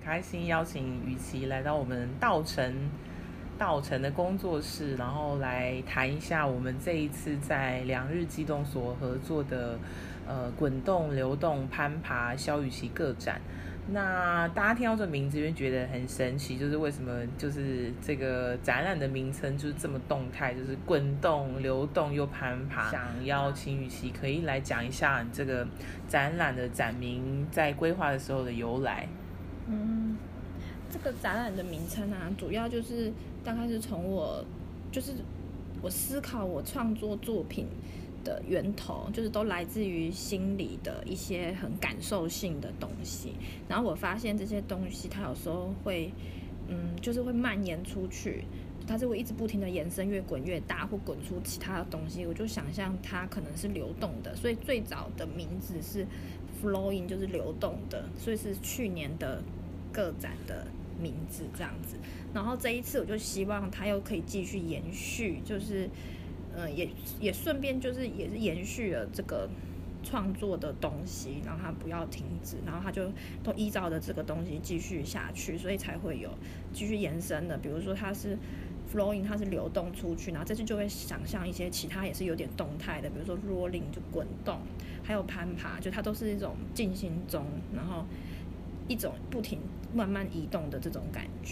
开心邀请雨琦来到我们稻城的工作室，然后来谈一下我们这一次在两日机动所合作的滚动、流动、攀爬、萧雨琦个展。那大家听到这个名字，就觉得很神奇，就是为什么就是这个展览的名称就是这么动态，就是滚动、流动又攀爬。想邀请雨琦可以来讲一下你这个展览的展名在规划的时候的由来。 这个展览的名称啊，主要就是大概是从我思考我创作作品的源头，就是都来自于心里的一些很感受性的东西。然后我发现这些东西它有时候会就是会蔓延出去，它是会一直不停的延伸，越滚越大，或滚出其他的东西。我就想象它可能是流动的，所以最早的名字是 flowing， 就是流动的，所以是去年的个展的名字这样子。然后这一次我就希望它又可以继续延续，就是也顺便就是也是延续了这个创作的东西，让它不要停止，然后它就都依照着这个东西继续下去，所以才会有继续延伸的。比如说它是 flowing， 它是流动出去，然后这次就会想象一些其他也是有点动态的，比如说 rolling 就滚动，还有攀爬，就它都是一种进行中，然后一种不停慢慢移动的这种感觉。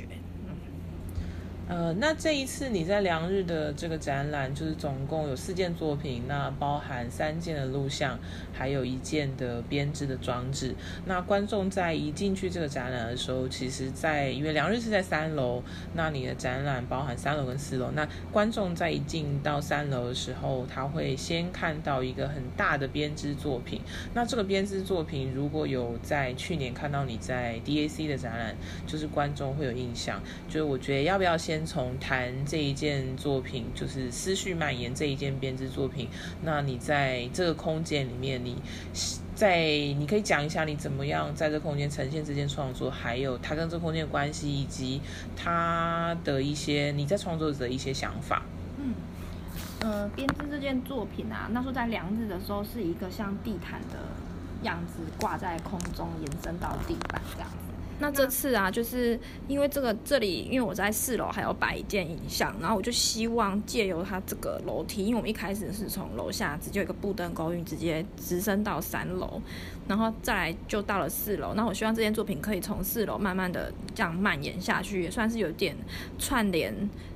那这一次你在两日的这个展览，就是总共有4件作品，那包含3件的录像，还有1件的编织的装置。那观众在一进去这个展览的时候，其实因为两日是在3楼，那你的展览包含3楼跟4楼，那观众在一进到3楼的时候，他会先看到一个很大的编织作品。那这个编织作品如果有在去年看到你在 DAC 的展览，就是观众会有印象。就是我觉得要不要先从谈这一件作品，就是思绪蔓延这一件编织作品，那你在这个空间里面，你可以讲一下你怎么样在这个空间呈现这件创作，还有它跟这个空间的关系，以及它的一些你在创作者的一些想法。 编织这件作品啊，那时候在两日的时候是一个像地毯的样子挂在空中，延伸到地板这样子。那这次啊，就是因为这里，因为我在4楼还有摆一件影像，然后我就希望借由它这个楼梯，因为我们一开始是从楼下直接有一个布灯勾引，直接直升到3楼，然后再来就到了4楼。那我希望这件作品可以从4楼慢慢的这样蔓延下去，也算是有点串联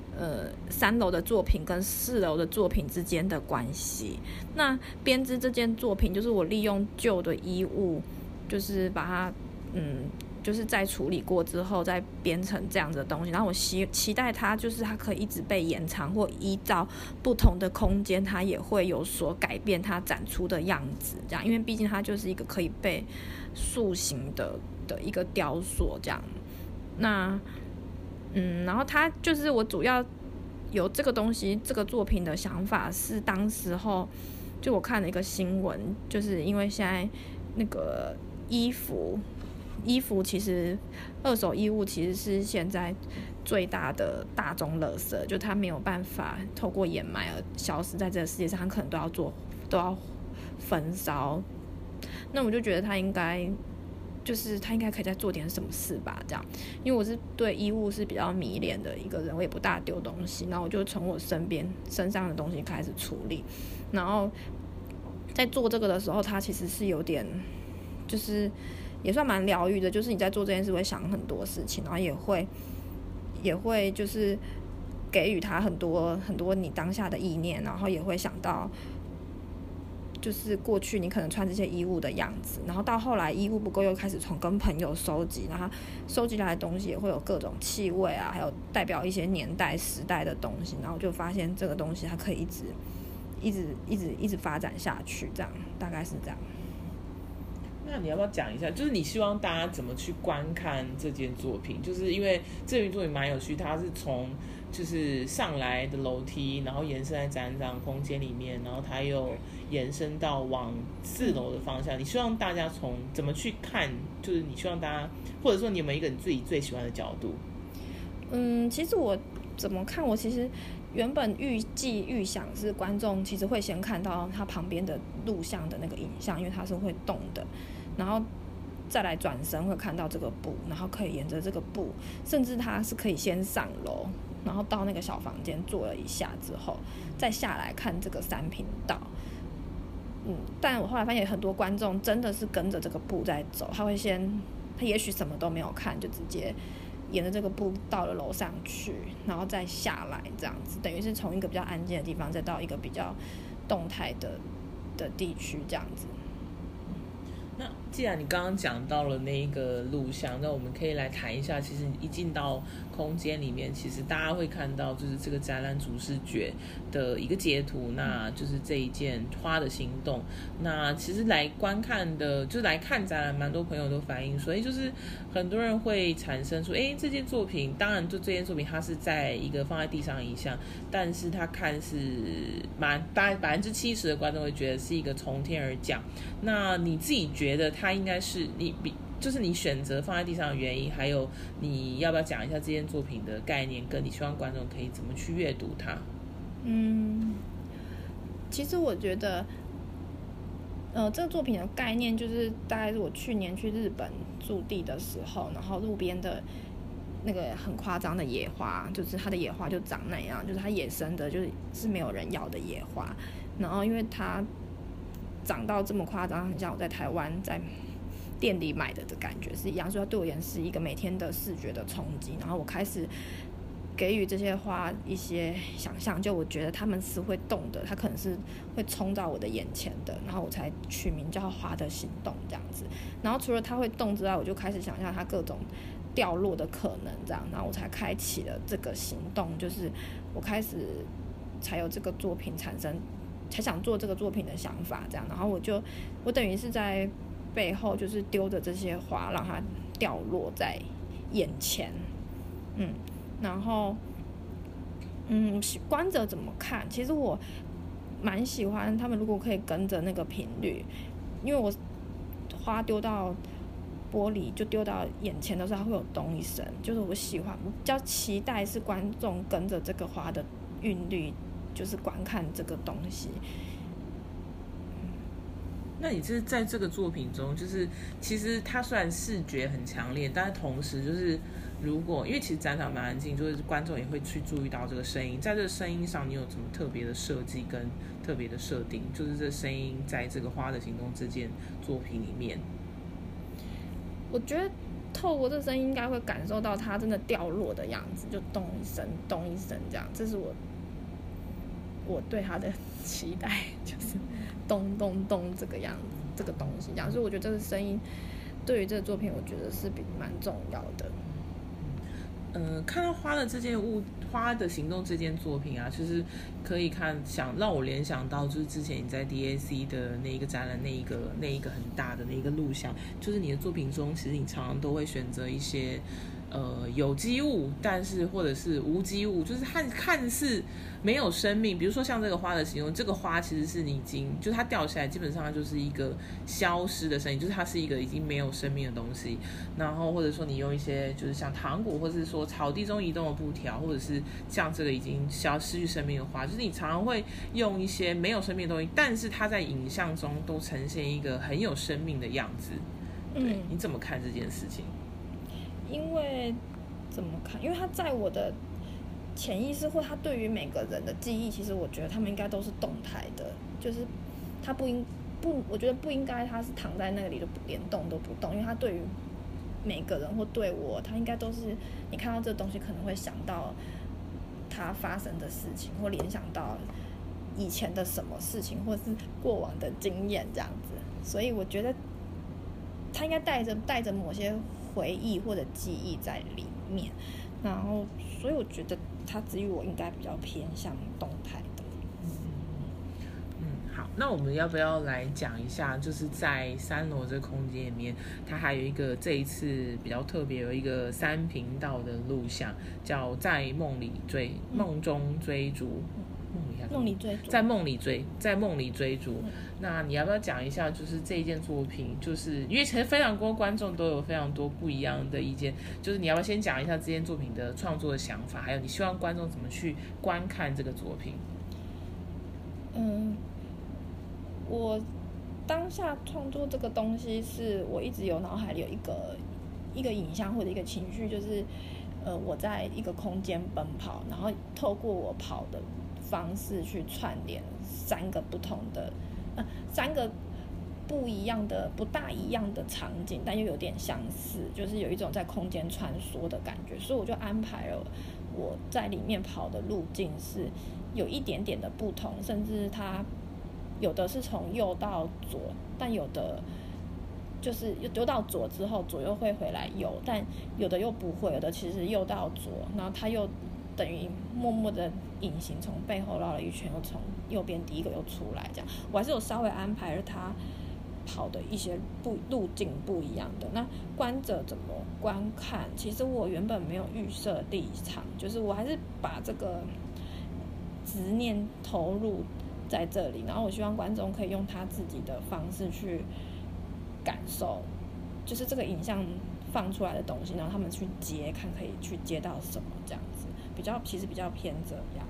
3楼的作品跟4楼的作品之间的关系。那编织这件作品，就是我利用旧的衣物，就是把它就是在处理过之后再编成这样子的东西，然后我期待它就是它可以一直被延长，或依照不同的空间它也会有所改变它展出的样子这样，因为毕竟它就是一个可以被塑形的一个雕塑这样。那然后它就是我主要有这个东西这个作品的想法是当时候就我看了一个新闻，就是因为现在那个衣服其实二手衣物其实是现在最大的大众垃圾，就它没有办法透过掩埋而消失在这个世界上，它可能都要焚烧。那我就觉得他应该可以再做点什么事吧，这样。因为我是对衣物是比较迷恋的一个人，我也不大丢东西，然后我就从我身上的东西开始处理。然后在做这个的时候，它其实是有点就是也算蛮疗愈的，就是你在做这件事会想很多事情，然后也会就是给予他很多很多你当下的意念，然后也会想到就是过去你可能穿这些衣物的样子，然后到后来衣物不够又开始从跟朋友收集，然后收集来的东西也会有各种气味啊，还有代表一些年代时代的东西，然后就发现这个东西它可以一直发展下去，这样大概是这样。 那你要不要讲一下，就是你希望大家怎么去观看这件作品？就是因为这件作品蛮有趣，它是从就是上来的楼梯，然后延伸在展览空间里面，然后它又延伸到往4楼的方向。你希望大家从怎么去看？就是你希望大家，或者说你有没有一个你自己最喜欢的角度？ 其实我怎么看，我其实原本预想是观众其实会先看到它旁边的录像的那个影像，因为它是会动的。然后再来转身会看到这个布，然后可以沿着这个布，甚至他是可以先上楼，然后到那个小房间坐了一下之后，再下来看这个3频道。但我后来发现很多观众真的是跟着这个布在走，他也许什么都没有看，就直接沿着这个布到了楼上去，然后再下来，这样子等于是从一个比较安静的地方再到一个比较动态的地区这样子。 那既然你刚刚讲到了那一个录像，那我们可以来谈一下，其实一进到空间里面，其实大家会看到就是这个展览主视觉的一个截图，那就是这一件花的行动。那其实来观看的，就是来看展览，蛮多朋友都反映说，就是很多人会产生说，这件作品，当然就这件作品它是在一个放在地上的影像，但是它看似大概70%的观众会觉得是一个从天而降。那你自己觉得它应该是就是你选择放在地上的原因，还有你要不要讲一下这件作品的概念，跟你希望观众可以怎么去阅读它？ 其实我觉得，这个作品的概念就是大概是我去年去日本驻地的时候，然后路边的那个很夸张的野花，就是它的野花就长那样，就是它野生的，就是没有人要的野花。然后因为它长到这么夸张，很像我在台湾在店里买的感觉是一样，所以它对我而言是一个每天的视觉的冲击。然后我开始给予这些花一些想象，就我觉得它们是会动的，它可能是会冲到我的眼前的，然后我才取名叫花的行动这样子。然后除了它会动之外，我就开始想象它各种掉落的可能这样，然后我才开启了这个行动，就是我开始才有这个作品产生，才想做这个作品的想法这样。然后我等于是在背后就是丢着这些花，让它掉落在眼前。然后观者怎么看？其实我蛮喜欢他们如果可以跟着那个频率，因为我花丢到玻璃就丢到眼前的时候，它会有咚一声，就是我比较期待是观众跟着这个花的韵律，就是观看这个东西。 那你是在这个作品中，就是其实它虽然视觉很强烈，但是同时就是如果因为其实展场蛮安静，就是观众也会去注意到这个声音，在这个声音上你有什么特别的设计跟特别的设定？就是这声音在这个花的行动这件作品里面， 我觉得透过这声音应该会感受到它真的掉落的样子，就咚一声咚一声这样，这是我对它的期待，就是咚咚咚这个样子，这个东西这样。所以我觉得这个声音对于这个作品，我觉得是蛮重要的。 看到花的行动这件作品啊，就是可以让我联想到，就是之前你在 DAC 的那一个展览，那一个很大的那一个录像，就是你的作品中，其实你常常都会选择一些有机物，但是或者是无机物，就是看似没有生命。比如说像这个花的形容，这个花其实是你就是它掉下来，基本上它就是一个消失的声音，就是它是一个已经没有生命的东西。然后或者说你用一些就是像糖果，或者是说草地中移动的布条，或者是像这个已经失去生命的花，就是你常常会用一些没有生命的东西，但是它在影像中都呈现一个很有生命的样子。对，你怎么看这件事情？ 因为怎么看？因为它在我的潜意识或它对于每个人的记忆，其实我觉得他们应该都是动态的，就是它我觉得不应该它是躺在那里就连动都不动，因为它对于每个人或对我，它应该都是你看到这个东西可能会想到它发生的事情，或联想到以前的什么事情，或是过往的经验这样子。所以我觉得它应该带着某些回忆或者记忆在里面，然后所以我觉得它至于我应该比较偏向动态的。 好，那我们要不要来讲一下，就是在3楼这个空间里面，它还有一个这一次比较特别，有一个3频道的录像，叫在梦中追逐。在梦里追逐。那你要不要讲一下，就是这一件作品，就是因为其实非常多观众都有非常多不一样的意见，就是你要不要先讲一下这件作品的创作的想法，还有你希望观众怎么去观看这个作品？ 当下创作这个东西，是我一直有脑海里有一个影像或者一个情绪，就是我在一个空间奔跑，然后透过我跑的方式去串联三个不同的3个不一样的不大一样的场景，但又有点相似，就是有一种在空间穿梭的感觉，所以我就安排了我在里面跑的路径是有一点点的不同，甚至它有的是从右到左，但有的就是丢到左之后左又会回来右，但有的又不会，有的其实右到左，然后它又等于默默的隐形，从背后绕了一圈，又从右边第一个又出来，这样我还是有稍微安排了它跑的一些路径不一样的。那观者怎么观看，其实我原本没有预设立场，就是我还是把这个执念投入在这里，然后我希望观众可以用他自己的方式去感受，就是这个影像放出来的东西，然后他们去接，看可以去接到什么，这样子其实比较偏这样。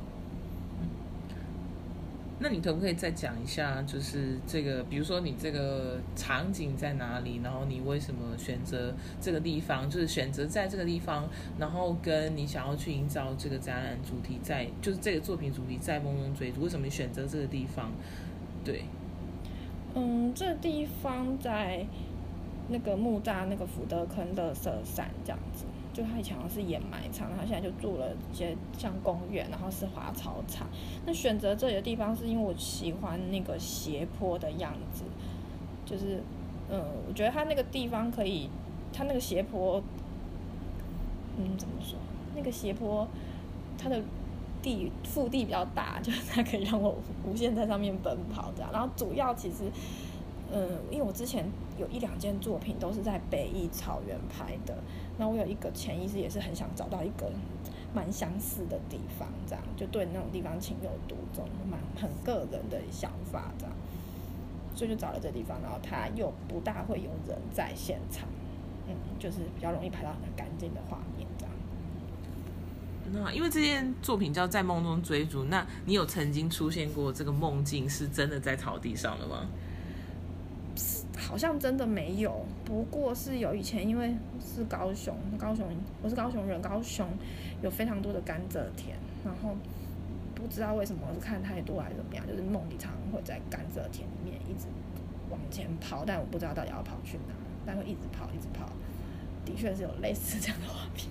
那你可不可以再讲一下，就是这个，比如说你这个场景在哪里，然后你为什么选择这个地方，就是选择在这个地方，然后跟你想要去营造这个展览主题就是这个作品主题在梦中追逐，为什么你选择这个地方？对， 这个地方在那个木栅那个福德坑垃圾山这样子。就他以前好像是掩埋场，然后现在就做了一些像公园，然后是滑草场。那选择这里的地方是因为我喜欢那个斜坡的样子，就是我觉得他那个地方可以，他那个斜坡，怎么说？那个斜坡它的腹地比较大，就是它可以让我无限在上面奔跑这样。然后主要其实因为我之前有1-2件作品都是在北艺草原拍的，那我有一个潜意识也是很想找到一个蛮相似的地方，这样就对那种地方情有独钟，很个人的想法这样，所以就找了这个地方，然后它又不大会有人在现场，就是比较容易拍到很干净的画面这样。 那因为这件作品叫《在梦中追逐》，那你有曾经出现过这个梦境是真的在草地上的吗？ 好像真的没有，不过是有以前因为是高雄，我是高雄人，高雄有非常多的甘蔗田，然后不知道为什么是看太多还是怎么样，就是梦里常常会在甘蔗田里面一直往前跑，但我不知道到底要跑去哪，但会一直跑，的确是有类似这样的画面。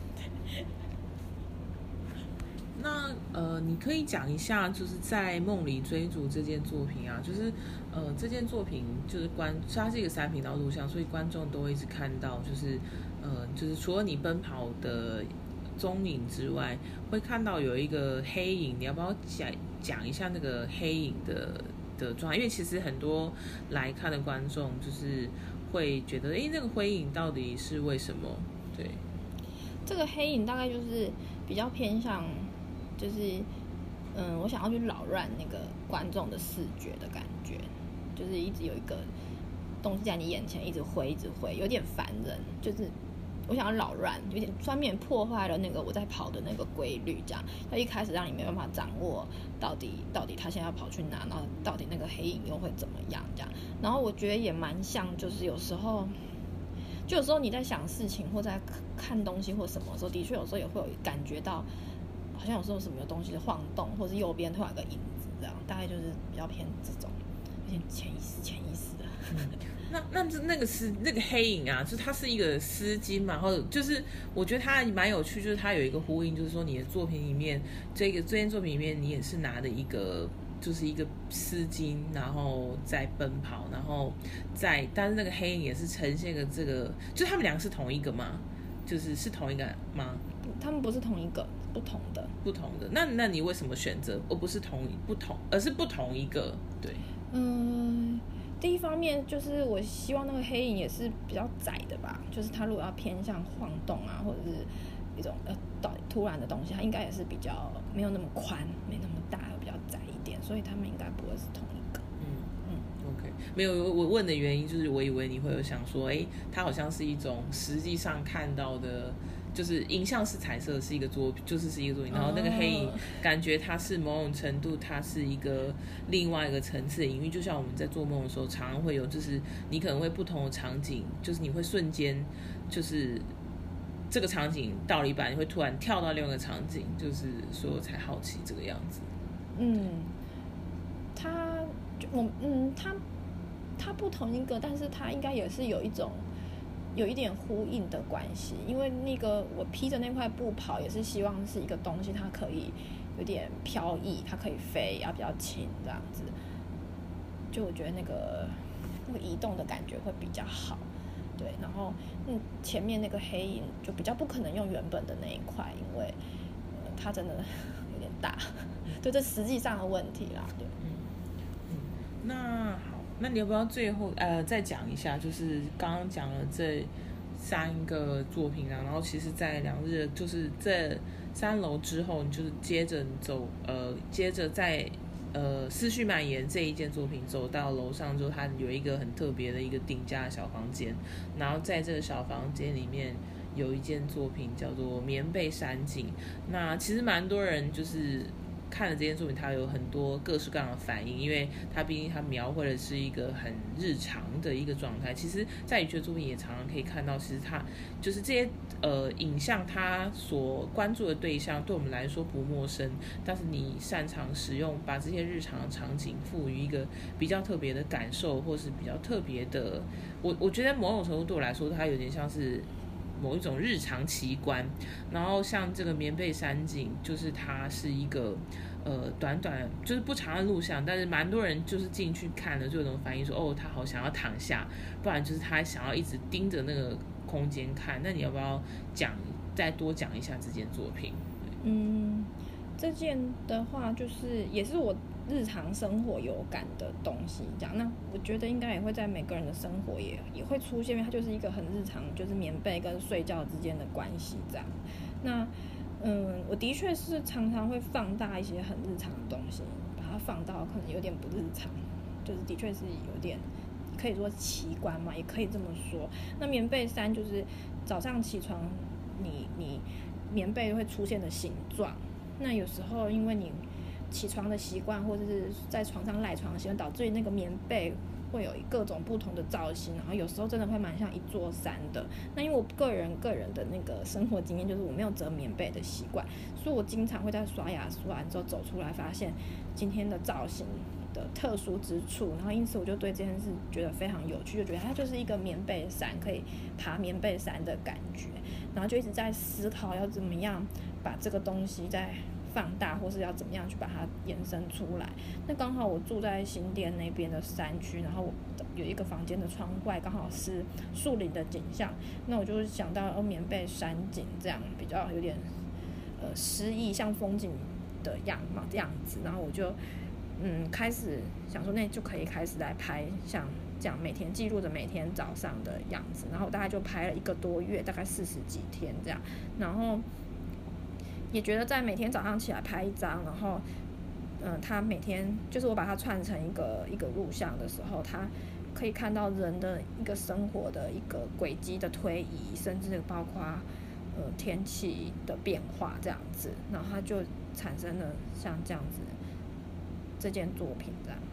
那你可以讲一下，就是在梦里追逐这件作品啊，就是这件作品就是它是一个3频道录像，所以观众都会一直看到，就是除了你奔跑的踪影之外，会看到有一个黑影，你要不要讲一下那个黑影的状态？因为其实很多来看的观众就是会觉得，那个灰影到底是为什么？对， 这个黑影大概就是比较偏向。就是我想要去扰乱那个观众的视觉的感觉，就是一直有一个东西在你眼前一直挥，有点烦人。就是我想要扰乱，有点专门破坏了那个我在跑的那个规律，这样。要一开始让你没办法掌握到底他现在要跑去哪，然后到底那个黑影又会怎么样这样。然后我觉得也蛮像，就是有时候你在想事情或在看东西或什么的时候，的确有时候也会有感觉到。好像有时候什么东西的晃动，或是右边突然有个影子，这样大概就是比较偏这种，有点潜意识的。 那个黑影啊，就是它是一个丝巾嘛，然后就是我觉得它蛮有趣，就是它有一个呼应，就是说你的作品里面，这件作品里面你也是拿的一个丝巾，然后在奔跑，然后但是那个黑影也是呈现个这个，就他们两个是同一个吗？是同一个吗？ 他们不是同一个，不同的。 那你为什么选择而不是而是不同一个？对。 第一方面就是我希望那个黑影也是比较窄的吧，就是它如果要偏向晃动啊，或者是一种突然的东西，它应该也是比较没有那么宽，没那么大，比较窄一点，所以他们应该不会是同一个。 OK， 没有，我问的原因就是我以为你会有想说，它好像是一种实际上看到的， 就是影像是彩色的是一个作品，是一个作品，然后那个黑影感觉它是某种程度它是一个另外一个层次的隐喻，就像我们在做梦的时候常常会有，就是你可能会不同的场景，就是你会瞬间就是这个场景到了一半，你会突然跳到另外一个场景，就是所以我才好奇这个样子。 它不同一个，但是它应该也是有一点呼应的关系，因为那个我披着那块布跑，也是希望是一个东西，它可以有点飘逸，它可以飞，要比较轻这样子。就我觉得那个移动的感觉会比较好，对。然后前面那个黑影就比较不可能用原本的那一块，因为它真的有点大，对，这实际上的问题啦，对。 那好，那你要不要最后再讲一下，就是刚刚讲了这3个作品啊，然后其实在2日就是这3楼之后，你就是接着走接着在思绪蔓延这一件作品走到楼上之后，它有一个很特别的一个顶架的小房间，然后在这个小房间里面有一件作品叫做棉被山景。那其实蛮多人就是看了这件作品，它有很多各式各样的反应，因为它毕竟它描绘的是一个很日常的一个状态。其实在宇轩的作品也常常可以看到，其实它就是这些影像，它所关注的对象对我们来说不陌生，但是你擅长使用把这些日常的场景赋予一个比较特别的感受，或是比较特别的，我觉得某种程度对我来说，它有点像是某一种日常奇观。然后像这个棉被山景，就是它是一个短短就是不长的录像，但是蛮多人就是进去看了就有种反应说，哦，他好想要躺下，不然就是他想要一直盯着那个空间看。那你要不要再多讲一下这件作品？ 这件的话就是也是我日常生活有感的东西，这样。那我觉得应该也会在每个人的生活也会出现，因为它就是一个很日常，就是棉被跟睡觉之间的关系这样。那我的确是常常会放大一些很日常的东西，把它放到可能有点不日常，就是的确是有点可以说奇观嘛，也可以这么说。那棉被山就是早上起床，你棉被会出现的形状。那有时候因为你起床的习惯，或者是在床上赖床的习惯，导致于那个棉被会有各种不同的造型，然后有时候真的会蛮像一座山的。那因为我个人的那个生活经验就是我没有折棉被的习惯，所以我经常会在刷牙刷完之后走出来，发现今天的造型的特殊之处，然后因此我就对这件事觉得非常有趣，就觉得它就是一个棉被山，可以爬棉被山的感觉，然后就一直在思考要怎么样把这个东西再放大，或是要怎么样去把它延伸出来。那刚好我住在新店那边的山区，然后我有一个房间的窗外刚好是树林的景象，那我就想到棉被山景这样比较有点诗意，像风景的样子，然后我就开始想说那就可以开始来拍像这样每天记录着每天早上的样子，然后我大概就拍了1个多月，大概40几天这样，然后也觉得在每天早上起来拍一张，然后他每天就是我把它串成一个录像的时候，他可以看到人的一个生活的一个轨迹的推移，甚至包括天气的变化这样子，然后他就产生了像这样子这件作品这样。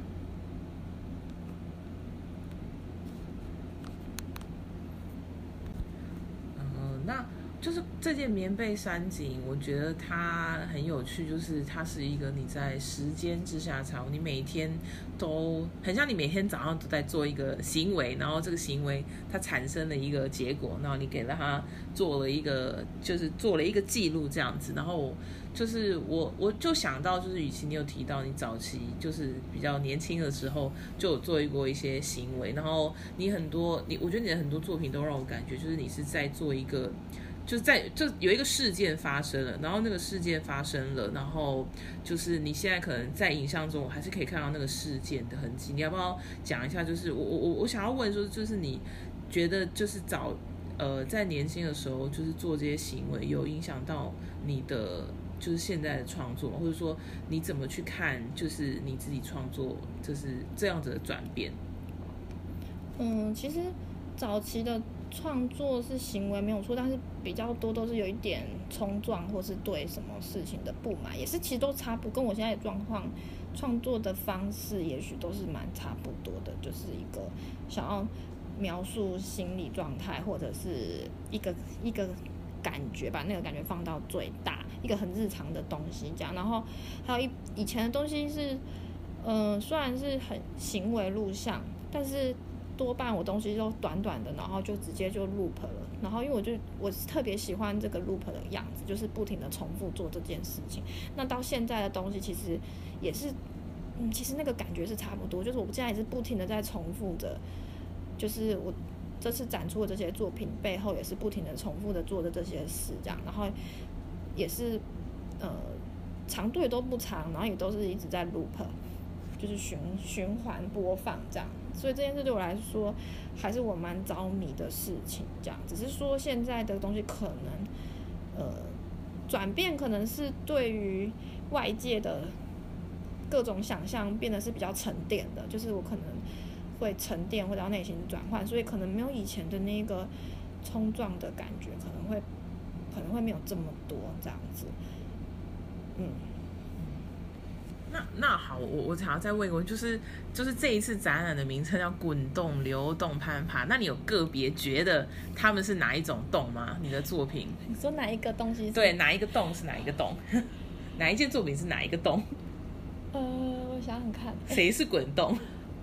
那就是这件棉被山景，我觉得它很有趣，就是它是一个你在时间之下潮，你每天都很像你每天早上都在做一个行为，然后这个行为它产生了一个结果，然后你给了它做了一个记录这样子。然后就是我就想到，就是与其你有提到你早期就是比较年轻的时候就有做过一些行为，然后我觉得你的很多作品都让我感觉就是你是在做一个就有一个事件发生了，然后那个事件发生了，然后就是你现在可能在影像中我还是可以看到那个事件的痕迹。你要不要讲一下，就是我想要问说，就是你觉得就是在年轻的时候就是做这些行为有影响到你的就是现在的创作，或者说你怎么去看就是你自己创作就是这样子的转变？ 其实早期的创作是行为没有错，但是比较多都是有一点冲撞，或是对什么事情的不满，也是其实都差不多，跟我现在的状况，创作的方式也许都是蛮差不多的，就是一个想要描述心理状态，或者是一个感觉，把那个感觉放到最大，一个很日常的东西这样。然后还有以前的东西是，虽然是很行为录像，但是多半我东西都短短的，然后就直接就 loop 了。然后因为我特别喜欢这个 loop 的样子，就是不停的重复做这件事情。那到现在的东西其实也是，其实那个感觉是差不多，就是我现在也是不停的在重复着，就是我这次展出的这些作品背后也是不停的重复的做的这些事，这样，然后也是长度也都不长，然后也都是一直在 loop， 就是循环播放这样，所以这件事对我来说还是我蛮着迷的事情，这样，只是说现在的东西可能转变可能是对于外界的各种想象变得是比较沉淀的，就是我可能会沉淀或者要内心转换，所以可能没有以前的那个冲撞的感觉，可能会没有这么多这样子。 那好，我想要再问一个问题，就是这一次展览的名称叫滚动、流动、攀爬，那你有个别觉得他们是哪一种动吗？你的作品？ 你说哪一个东西？ 对，哪一个动是哪一个动？哪一件作品是哪一个动？ 我想想看， 谁是滚动？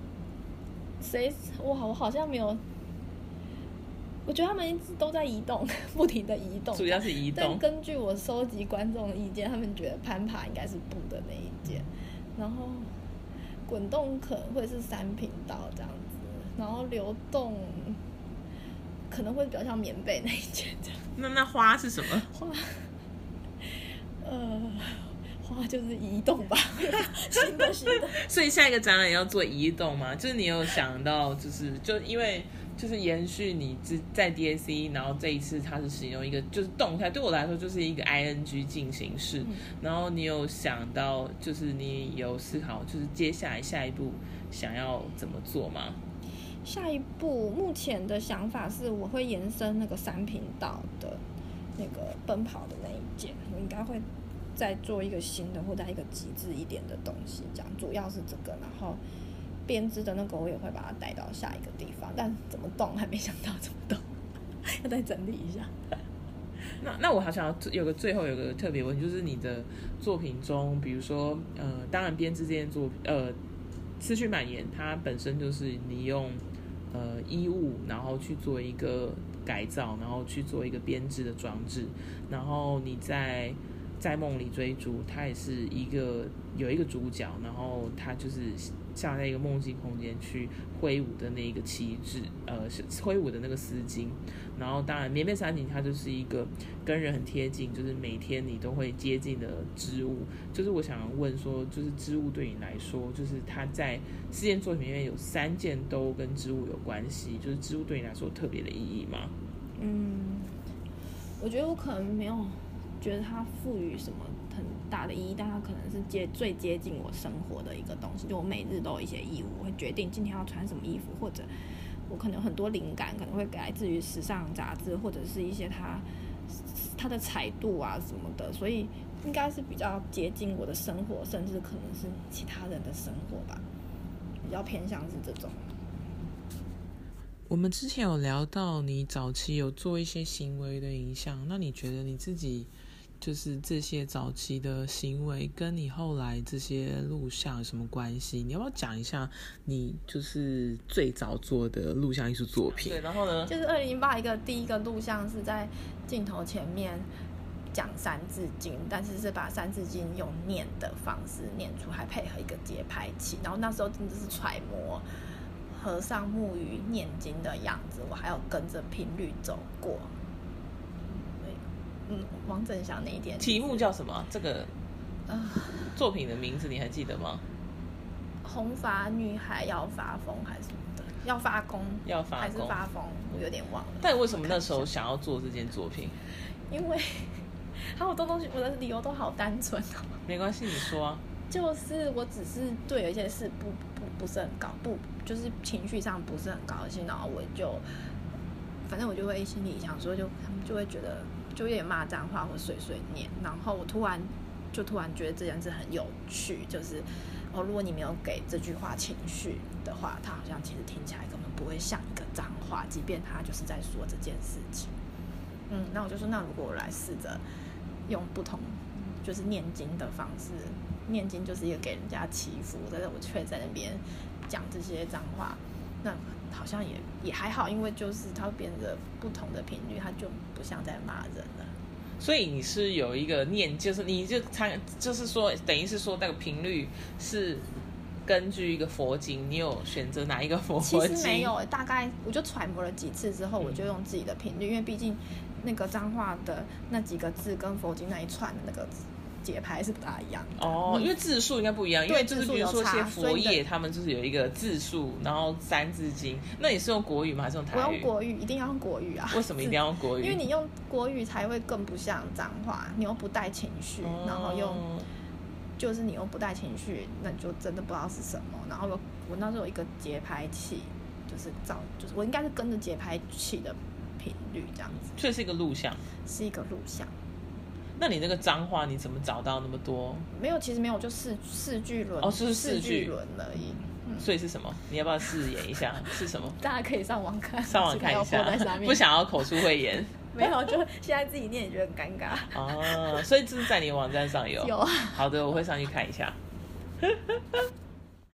我好像没有。我觉得他们一直都在移动，不停的移动， 主要是移动。 但根据我收集观众的意见，他们觉得攀爬应该是布的那一件，然后滚动可能会是3频道这样子，然后流动可能会比较像棉被那一件这样。 那花是什么？ 花就是移动吧，新的。 所以下一个展览要做移动吗？就是你有想到，就因为就是延续你在 DAC， 然后这一次它是使用一个就是动态，对我来说就是一个 ING 进行式。然后你有想到，就是你有思考，就是接下来下一步想要怎么做吗？ 下一步目前的想法是，我会延伸那个3频道的那个奔跑的那一件，我应该会再做一个新的或者一个极致一点的东西，这样主要是这个，然后编织的那个我也会把它带到下一个地方，但怎么动还没想到怎么动，要再整理一下。 那我好想要最后有个特别问题，就是你的作品中，比如说当然编织这件思绪蔓延，它本身就是你用衣物然后去做一个改造，然后去做一个编织的装置，然后你在梦里追逐，它也是有一个主角，然后他就是像在一个梦境空间去挥舞的那个旗帜，挥舞的那个丝巾。然后当然棉被山景它就是一个跟人很贴近，就是每天你都会接近的织物。就是我想问说，就是织物对你来说，就是它在4件作品里面有3件都跟织物有关系，就是织物对你来说有特别的意义吗？ 我觉得我可能没有觉得它赋予什么很大的意义，但它可能是最接近我生活的一个东西。就我每日都有一些衣物，我会决定今天要穿什么衣服，或者我可能有很多灵感，可能会来自于时尚杂志，或者是一些它的彩度啊什么的，所以应该是比较接近我的生活，甚至可能是其他人的生活吧，比较偏向是这种。 我们之前有聊到你早期有做一些行为的影响，那你觉得你自己就是这些早期的行为跟你后来这些录像有什么关系？你要不要讲一下你就是最早做的录像艺术作品？对，然后呢？ 就是2008第一个录像是在镜头前面讲三字经，但是是把三字经用念的方式念出，还配合一个节拍器，然后那时候真的是揣摩和尚木鱼念经的样子，我还有跟着频率走过。王振祥那一点题目叫什么？这个作品的名字你还记得吗？ 红发女孩要发疯还是什么的？要发功还是发疯？我有点忘了。 但为什么那时候想要做这件作品？ 因为还有好多东西，我的理由都好单纯哦。 没关系，你说啊。 就是我只是对有一些事不是很高，就是情绪上不是很高兴，然后我就反正我就会心里想说，他们就会觉得就有点骂脏话或碎碎念，然后我突然觉得这件事很有趣，就是如果你没有给这句话情绪的话，它好像其实听起来根本不会像一个脏话，即便他就是在说这件事情。那我就说，那如果我来试着用不同就是念经的方式，念经就是一个给人家祈福，但是我却在那边讲这些脏话，那好像也还好，因为就是它会变得不同的频率，它就不像在骂人了。 所以你是有一个念，就是你就是说，等于是说那个频率是根据一个佛经，你有选择哪一个佛经？ 其实没有，大概我就揣摩了几次之后，我就用自己的频率，因为毕竟那个脏话的那几个字跟佛经那一串的那个节拍是不大一样的。 因为字数应该不一样，因为就是比如说些佛爷他们就是有一个字数，然后三字经。那你是用国语吗？还是用台语？ 我用国语，一定要用国语啊！ 为什么一定要用国语？ 因为你用国语才会更不像脏话，你又不带情绪，然后就是你又不带情绪，那你就真的不知道是什么。然后我那时候有一个节拍器，就是我应该是跟着节拍器的频率这样子。 所以是一个录像。 是一个录像。 那你那个脏话你怎么找到那么多？ 没有，其实没有，就四句轮。 就是四句轮而已。 所以是什么？你要不要试演一下？是什么？ 大家可以上网看一下。不想要口出秽言。 没有，就现在自己念也觉得很尴尬。 所以这是在你网站上有。 有啊。 好的，我会上去看一下。